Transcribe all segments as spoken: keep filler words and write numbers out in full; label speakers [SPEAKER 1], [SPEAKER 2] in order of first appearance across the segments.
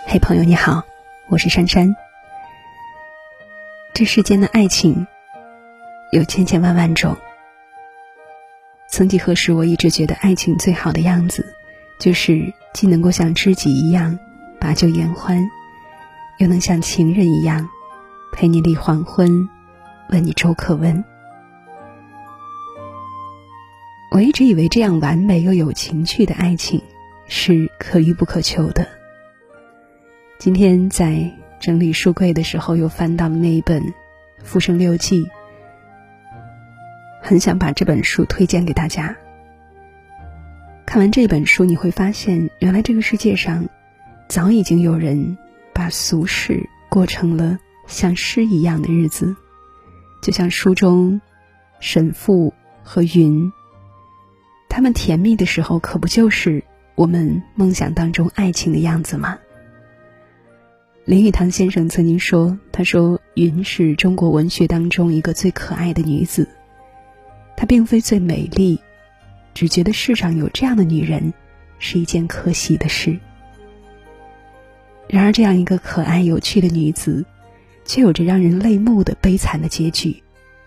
[SPEAKER 1] 嘿，朋友你好，我是珊珊。这世间的爱情有千千万万种，曾几何时，我一直觉得爱情最好的样子，就是既能够像知己一样把酒言欢，又能像情人一样陪你立黄昏，问你粥可温。我一直以为这样完美又有情趣的爱情是可遇不可求的。今天在整理书柜的时候，又翻到了那一本《浮生六记》，很想把这本书推荐给大家。看完这本书，你会发现原来这个世界上早已经有人把俗世过成了像诗一样的日子，就像书中沈复和云，他们甜蜜的时候可不就是我们梦想当中爱情的样子吗？林语堂先生曾经说，他说云是中国文学当中一个最可爱的女子，她并非最美丽，只觉得世上有这样的女人是一件可喜的事。然而这样一个可爱有趣的女子，却有着让人泪目的悲惨的结局。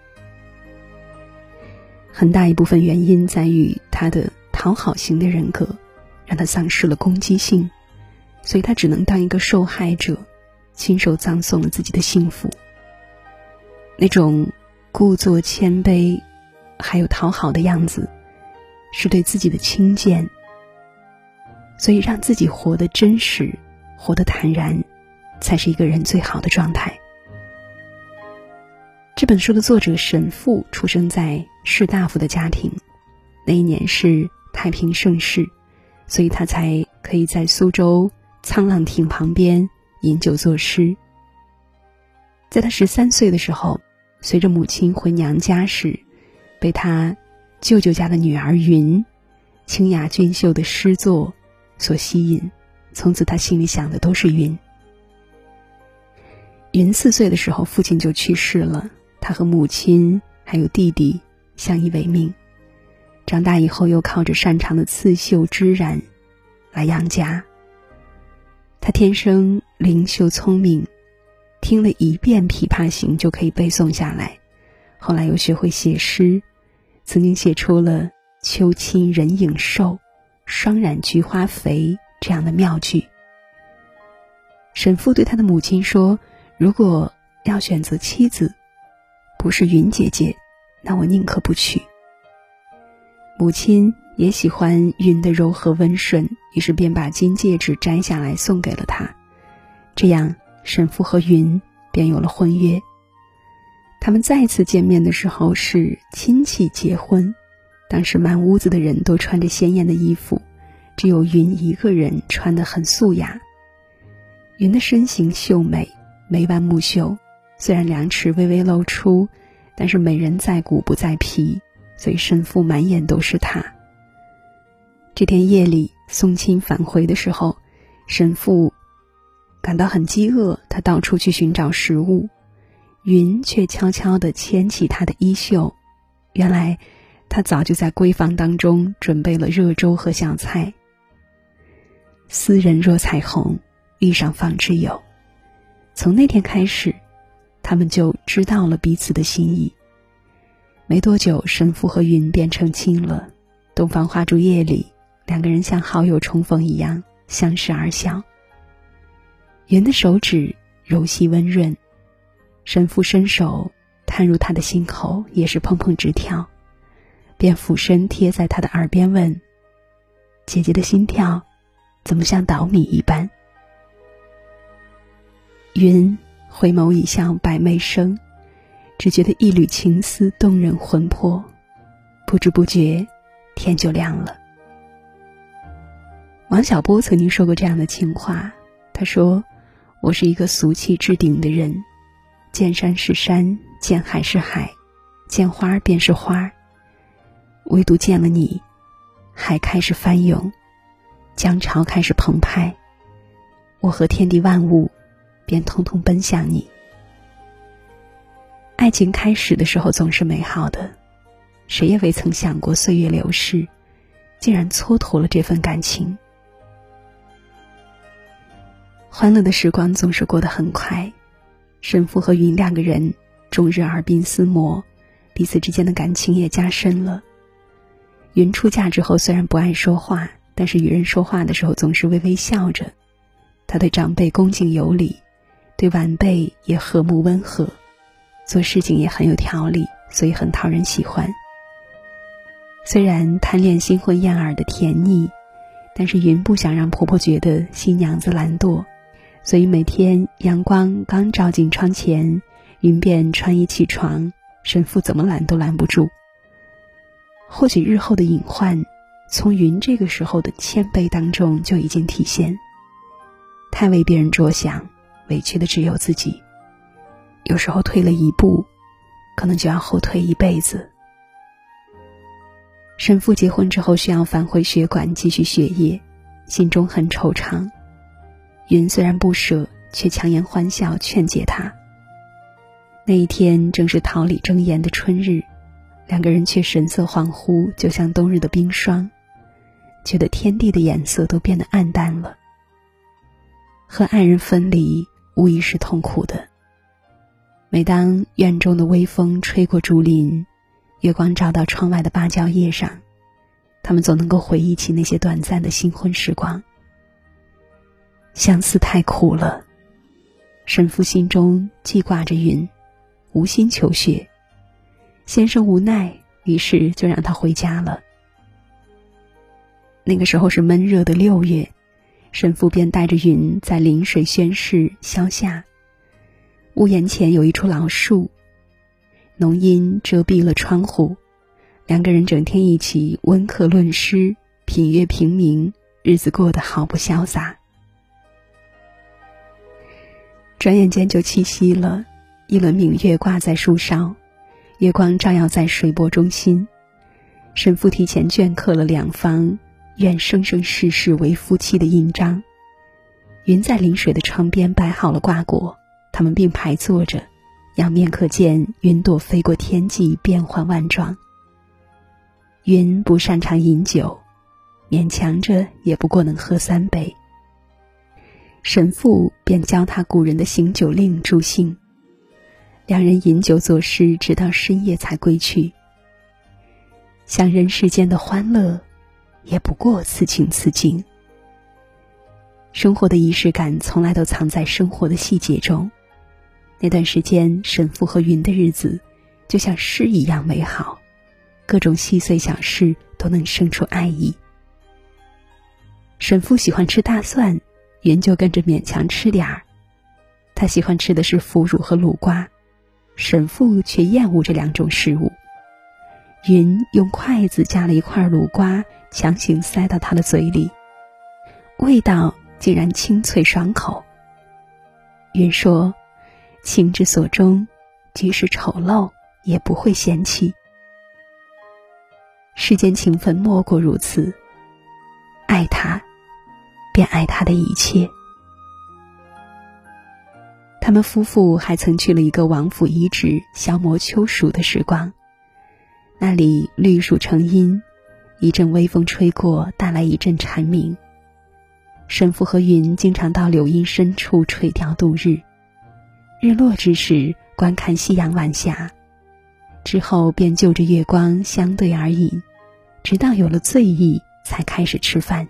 [SPEAKER 1] 很大一部分原因在于她的讨好型的人格让她丧失了攻击性，所以她只能当一个受害者，亲手葬送了自己的幸福。那种故作谦卑还有讨好的样子，是对自己的轻贱，所以让自己活得真实，活得坦然，才是一个人最好的状态。这本书的作者沈复出生在士大夫的家庭，那一年是太平盛世，所以他才可以在苏州沧浪亭旁边饮酒作诗。在他十三岁的时候，随着母亲回娘家时，被他舅舅家的女儿云清雅俊秀的诗作所吸引，从此他心里想的都是云。云四岁的时候，父亲就去世了，他和母亲还有弟弟相依为命。长大以后，又靠着擅长的刺绣织染来养家。他天生灵秀聪明，听了一遍《琵琶行》就可以背诵下来，后来又学会写诗，曾经写出了秋侵人影瘦，霜染菊花肥这样的妙句。沈复对他的母亲说，如果要选择妻子，不是云姐姐，那我宁可不娶。母亲也喜欢云的柔和温顺，于是便把金戒指摘下来送给了他。这样沈复和云便有了婚约。他们再次见面的时候是亲戚结婚，当时满屋子的人都穿着鲜艳的衣服，只有云一个人穿得很素雅。云的身形秀美，眉弯目秀，虽然两齿微微露出，但是美人在骨不在皮，所以沈复满眼都是她。这天夜里送亲返回的时候，沈复感到很饥饿，他到处去寻找食物，云却悄悄地牵起他的衣袖，原来他早就在闺房当中准备了热粥和小菜。斯人若彩虹，遇上方知有。从那天开始，他们就知道了彼此的心意。没多久，沈复和云便成亲了。东方花烛夜里，两个人像好友重逢一样相视而笑。云的手指柔细温润，沈复伸手探入他的心口，也是砰砰直跳，便俯身贴在他的耳边问，姐姐的心跳怎么像捣米一般？云回眸一笑百媚生，只觉得一缕情丝动人魂魄，不知不觉天就亮了。王小波曾经说过这样的情话，他说，我是一个俗气至顶的人，见山是山，见海是海，见花便是花，唯独见了你，海开始翻涌，江潮开始澎湃，我和天地万物便通通奔向你。爱情开始的时候总是美好的，谁也未曾想过岁月流逝，竟然蹉跎了这份感情。 欢乐的时光总是过得很快，神父和云两个人终日耳鬓厮磨，彼此之间的感情也加深了。云出嫁之后虽然不爱说话，但是与人说话的时候总是微微笑着。他对长辈恭敬有礼，对晚辈也和睦温和，做事情也很有条理，所以很讨人喜欢。虽然贪恋新婚燕尔的甜腻，但是云不想让婆婆觉得新娘子懒惰，所以每天阳光刚照进窗前，云便穿衣起床，神父怎么拦都拦不住。或许日后的隐患从云这个时候的谦卑当中就已经体现。太为别人着想，委屈的只有自己，有时候退了一步，可能就要后退一辈子。神父结婚之后需要返回学馆继续学业，心中很惆怅。云虽然不舍，却强颜欢笑劝解他。那一天正是桃李争妍的春日，两个人却神色恍惚，就像冬日的冰霜，觉得天地的颜色都变得暗淡了。和爱人分离无疑是痛苦的。每当院中的微风吹过竹林，月光照到窗外的芭蕉叶上，他们总能够回忆起那些短暂的新婚时光。相思太苦了，神父心中记挂着云，无心求学。先生无奈，于是就让他回家了。那个时候是闷热的六月，神父便带着云在临水宣室消夏。屋檐前有一株老树，浓荫遮蔽了窗户，两个人整天一起温课论诗，品乐平明，日子过得毫不潇洒。转眼间就七夕了，一轮明月挂在树梢，月光照耀在水波中心。神父提前镌刻了两方愿生生世世为夫妻的印章。云在临水的窗边摆好了瓜果，他们并排坐着，仰面可见云朵飞过天际，变幻万状。云不擅长饮酒，勉强着也不过能喝三杯。神父便教他古人的行酒令助兴，两人饮酒作诗，直到深夜才归去。想人世间的欢乐，也不过此情此景。生活的仪式感从来都藏在生活的细节中。那段时间，神父和云的日子就像诗一样美好，各种细碎小事都能生出爱意。神父喜欢吃大蒜，云就跟着勉强吃点儿。他喜欢吃的是腐乳和卤瓜，神父却厌恶这两种食物。云用筷子夹了一块卤瓜，强行塞到他的嘴里，味道竟然清脆爽口。云说，情之所钟，即使丑陋也不会嫌弃。世间情分莫过如此，爱他便爱他的一切。他们夫妇还曾去了一个王府遗址消磨秋暑的时光，那里绿树成荫，一阵微风吹过，带来一阵蝉鸣。神父和云经常到柳荫深处垂钓度日，日落之时观看夕阳晚霞，之后便就着月光相对而饮，直到有了醉意才开始吃饭。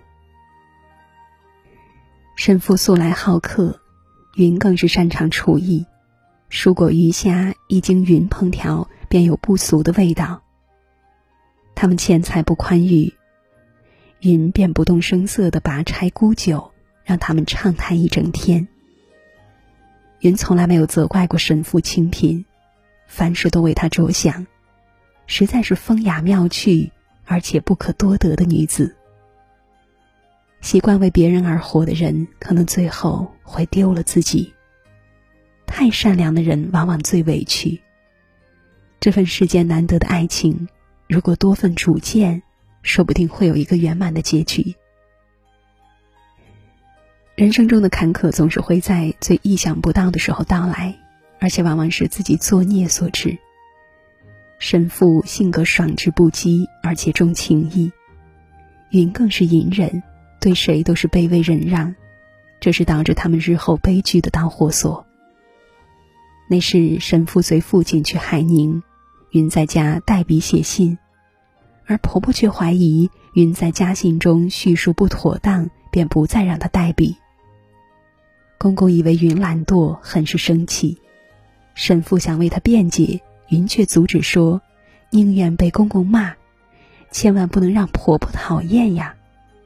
[SPEAKER 1] 神父素来好客，云更是擅长厨艺，蔬果鱼虾一经云烹调，便有不俗的味道。他们钱财不宽裕，云便不动声色地拔柴沽酒，让他们畅谈一整天。云从来没有责怪过神父清贫，凡事都为他着想，实在是风雅妙趣而且不可多得的女子。习惯为别人而活的人，可能最后会丢了自己。太善良的人往往最委屈。这份世间难得的爱情，如果多份主见，说不定会有一个圆满的结局。人生中的坎坷总是会在最意想不到的时候到来，而且往往是自己作孽所致。神父性格爽直不羁，而且重情义，云更是隐忍，对谁都是卑微忍让， 这是导致他们日后悲剧的导火索。那时神父随父亲去海宁，云在家代笔写信，而婆婆却怀疑云在家信中叙述不妥当，便不再让他代笔。公公以为云懒惰，很是生气。神父想为他辩解，云却阻止说，宁愿被公公骂，千万不能让婆婆讨厌呀。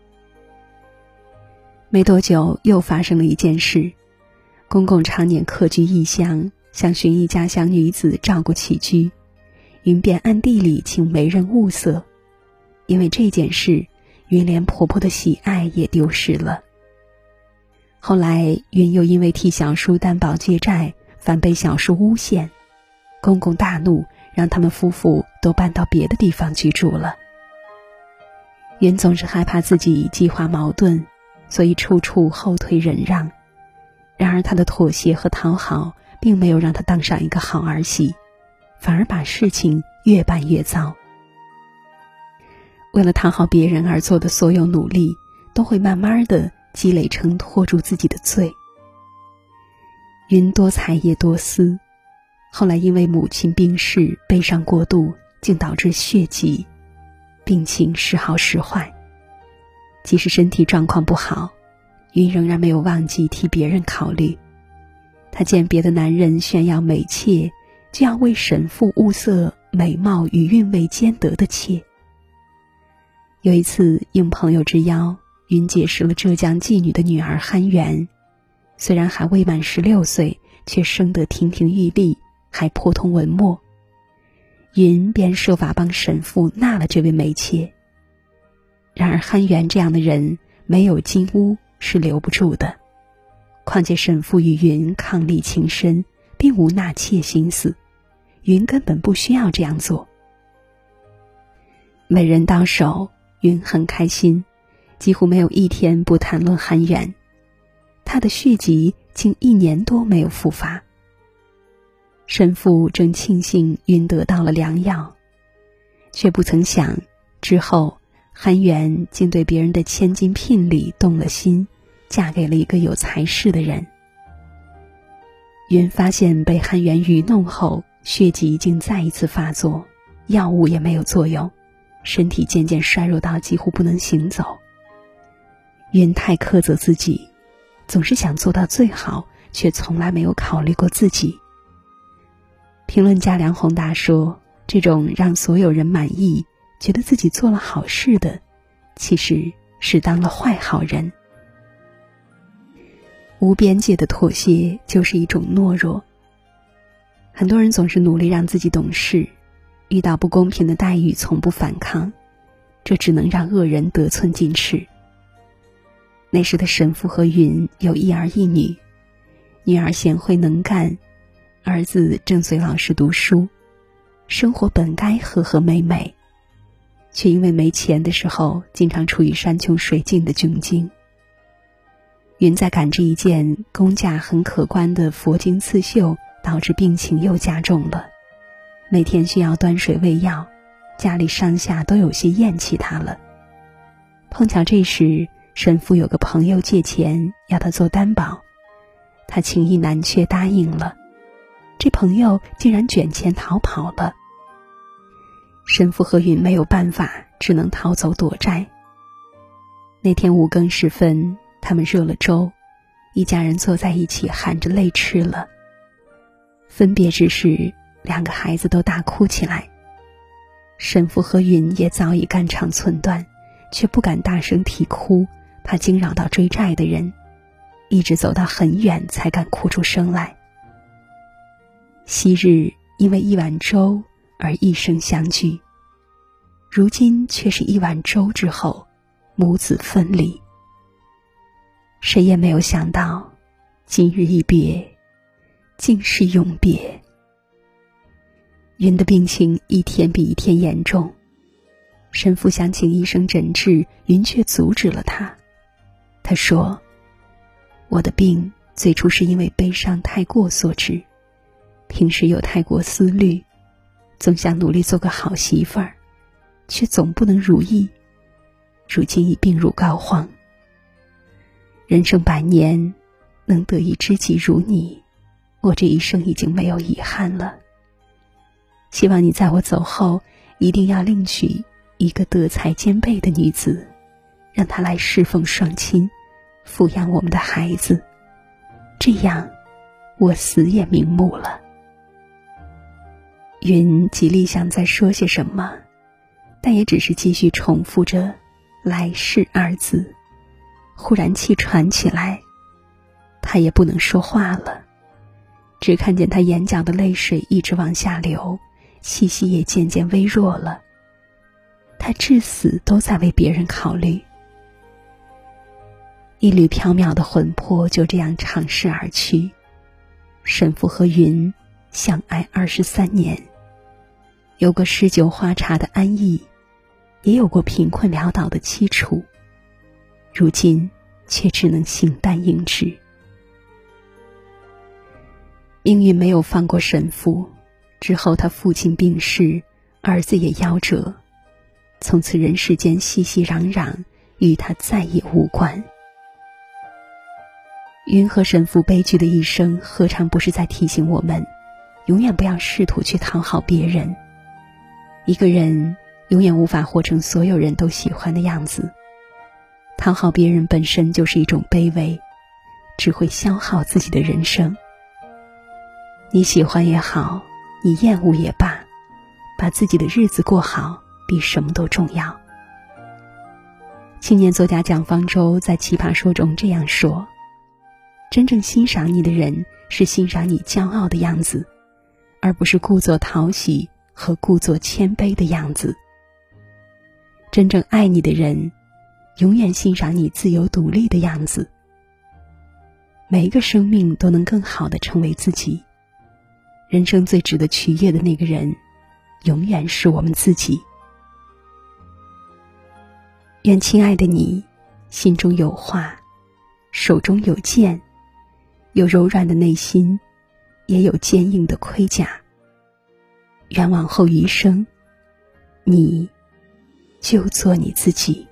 [SPEAKER 1] 没多久又发生了一件事，公公常年客居异乡，想寻一家乡女子照顾起居，云便暗地里请媒人物色。因为这件事，云连婆婆的喜爱也丢失了。后来云又因为替小叔担保借债，反被小叔诬陷，公公大怒，让他们夫妇都搬到别的地方居住了。云总是害怕自己计划矛盾，所以处处后退忍让。然而他的妥协和讨好并没有让他当上一个好儿媳，反而把事情越办越糟。为了讨好别人而做的所有努力，都会慢慢的积累成拖住自己的罪。云多才也多思，后来因为母亲病逝，悲伤过度，竟导致血疾，病情时好时坏。即使身体状况不好，云仍然没有忘记替别人考虑。她见别的男人炫耀美妾，就要为神父物色美貌与韵味兼得的妾。有一次应朋友之邀，云结识了浙江妓女的女儿憨元，虽然还未满十六岁，却生得亭亭玉立，还颇通文墨。云便设法帮神父纳了这位美妾。然而憨元这样的人没有金屋是留不住的，况且神父与云伉俪情深，并无纳妾心思，云根本不需要这样做。美人到手，云很开心，几乎没有一天不谈论憨元。他的血疾竟一年多没有复发。神父正庆幸云得到了良药，却不曾想之后憨元竟对别人的千金聘礼动了心，嫁给了一个有才识的人。云发现被憨元愚弄后，血疾竟再一次发作，药物也没有作用，身体渐渐衰弱到几乎不能行走。云太苛责自己，总是想做到最好，却从来没有考虑过自己。评论家梁宏达说，这种让所有人满意，觉得自己做了好事的，其实是当了坏好人。无边界的妥协就是一种懦弱。很多人总是努力让自己懂事，遇到不公平的待遇从不反抗，这只能让恶人得寸进尺。那时的神父和云有一儿一女，女儿贤惠能干，儿子正随老师读书，生活本该和和美美，却因为没钱的时候经常处于山穷水尽的窘境。云在赶制一件工价很可观的佛经刺绣，导致病情又加重了，每天需要端水喂药，家里上下都有些厌弃他了。碰巧这时神父有个朋友借钱要他做担保，他情意难却答应了，这朋友竟然卷钱逃跑了。神父和云没有办法，只能逃走躲债。那天五更时分，他们热了粥，一家人坐在一起含着泪吃了。分别之时，两个孩子都大哭起来。神父和云也早已肝肠寸断，却不敢大声啼哭，怕惊扰到追债的人，一直走到很远才敢哭出声来。昔日因为一碗粥而一生相聚，如今却是一碗粥之后母子分离。谁也没有想到，今日一别，竟是永别。云的病情一天比一天严重，神父想请医生诊治，云却阻止了他。他说，我的病最初是因为悲伤太过所致，平时有太过思虑，总想努力做个好媳妇儿，却总不能如意，如今已病入膏肓。 人生百年，能得一知己如你，我这一生已经没有遗憾了。希望你在我走后，一定要另娶一个德才兼备的女子，让她来侍奉双亲，抚养我们的孩子，这样我死也瞑目了。云极力想再说些什么，但也只是继续重复着来世二字。忽然气喘起来，他也不能说话了，只看见他眼角的泪水一直往下流，气息也渐渐微弱了。他至死都在为别人考虑。一缕缥缈的魂魄就这样长逝而去。沈父和云相爱二十三年，有过诗酒花茶的安逸，也有过贫困潦倒的凄楚，如今却只能形单影只。命运没有放过沈父，之后他父亲病逝，儿子也夭折，从此人世间熙熙攘攘，与他再也无关。云和沈父悲剧的一生，何尝不是在提醒我们，永远不要试图去讨好别人。一个人永远无法活成所有人都喜欢的样子，讨好别人本身就是一种卑微，只会消耗自己的人生。你喜欢也好，你厌恶也罢，把自己的日子过好，比什么都重要。青年作家蒋方舟在《奇葩说》中这样说：真正欣赏你的人，是欣赏你骄傲的样子，而不是故作讨喜和故作谦卑的样子。真正爱你的人，永远欣赏你自由独立的样子。每一个生命都能更好地成为自己，人生最值得取悦的那个人，永远是我们自己。愿亲爱的你，心中有话，手中有剑，有柔软的内心，也有坚硬的盔甲。愿往后余生，你就做你自己。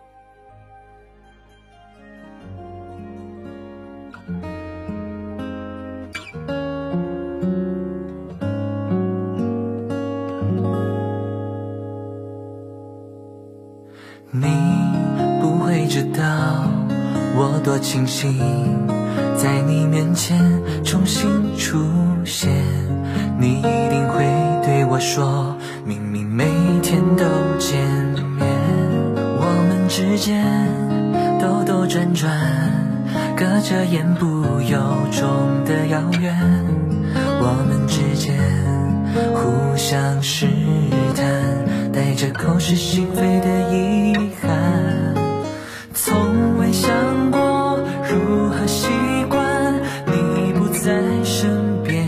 [SPEAKER 2] 你不会知道我多庆幸在你面前重新出现，你一定会对我说，明明每天都见面，我们之间兜兜转转，隔着言不由衷的遥远，我们之间互相试探，带着口是心非的遗憾，从未想过如何习惯你不在身边，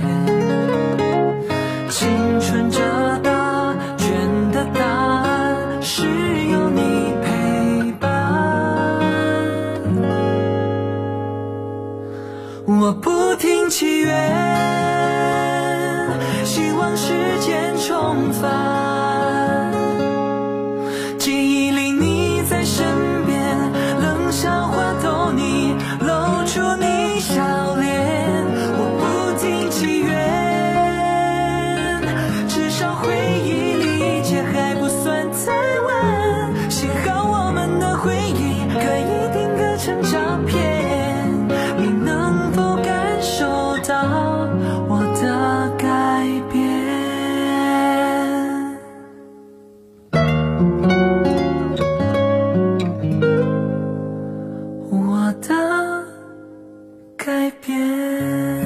[SPEAKER 2] 青春这答卷的答案是有你陪伴，我不停祈愿，希望时间重返，记忆里你在身边，冷笑话逗你，露出你笑脸，我不停祈愿，至少回忆里一切还不算太晚，幸好我们的回忆可以定格成照片，你能否感受到我的改变？我的改变。